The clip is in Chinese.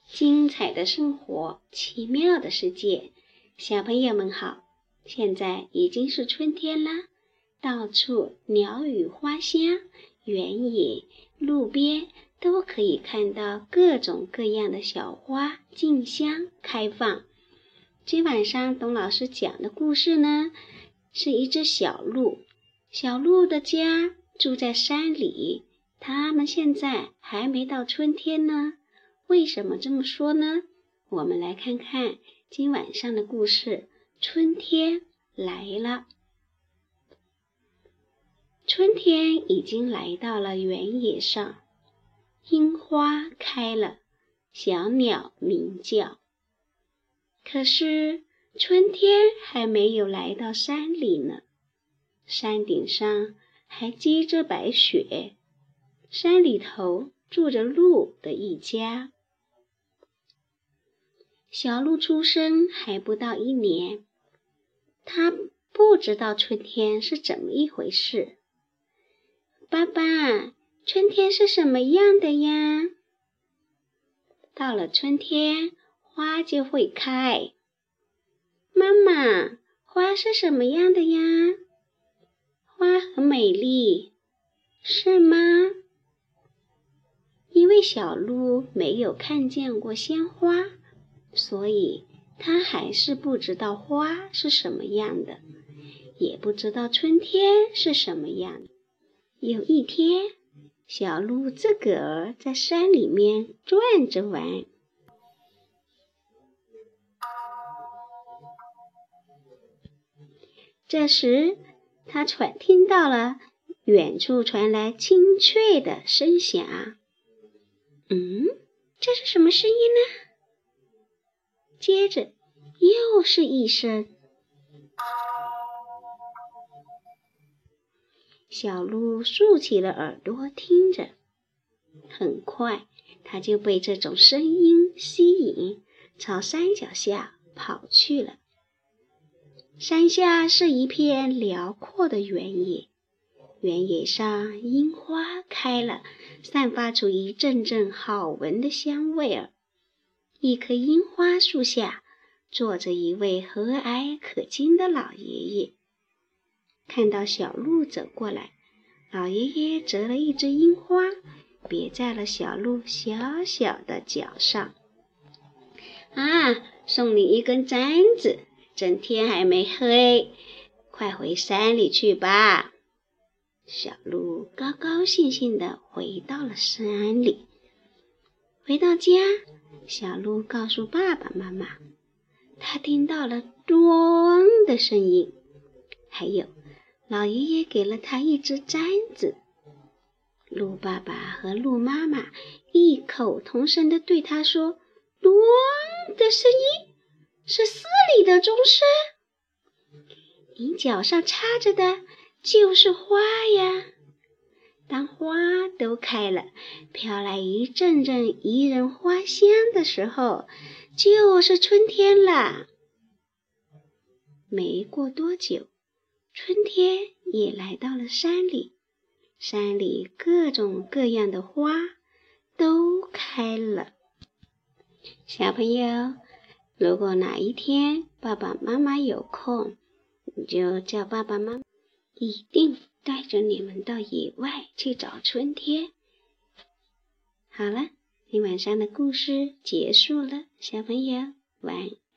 精彩的生活，奇妙的世界。小朋友们好，现在已经是春天啦，到处鸟语花香，原野、路边都可以看到各种各样的小花竞相开放。今晚上董老师讲的故事呢，是一只小鹿。小鹿的家住在山里，它们现在还没到春天呢。为什么这么说呢？我们来看看今晚上的故事。春天来了。春天已经来到了原野上，樱花开了，小鸟鸣叫。可是春天还没有来到山里呢，山顶上还积着白雪，山里头住着鹿的一家。小鹿出生还不到1年，它不知道春天是怎么一回事。爸爸，春天是什么样的呀？到了春天，花就会开。妈妈，花是什么样的呀？花很美丽，是吗？因为小鹿没有看见过鲜花，所以它还是不知道花是什么样的，也不知道春天是什么样的。有一天，小鹿自个儿在山里面转着玩。这时，它听到了远处传来清脆的声响。这是什么声音呢？接着又是一声。小鹿竖起了耳朵听着，很快它就被这种声音吸引，朝山脚下跑去了。山下是一片辽阔的原野，原野上樱花开了，散发出一阵阵好闻的香味儿。一棵樱花树下坐着一位和蔼可亲的老爷爷。看到小鹿走过来，老爷爷折了一枝樱花，别在了小鹿小小的脚上。送你一根簪子，趁天还没黑，快回山里去吧。小鹿高高兴兴地回到了山里。回到家，小鹿告诉爸爸妈妈，他听到了咚的声音，还有老爷爷给了他一只簪子。鹿爸爸和鹿妈妈异口同声地对他说，咚的声音是寺里的钟声，你脚上插着的就是花呀。当花都开了，飘来一阵阵宜人花香的时候，就是春天了。没过多久，春天也来到了山里，山里各种各样的花都开了。小朋友，如果哪一天爸爸妈妈有空，你就叫爸爸妈妈一定带着你们到野外去找春天。好了，今晚上的故事结束了，小朋友晚安。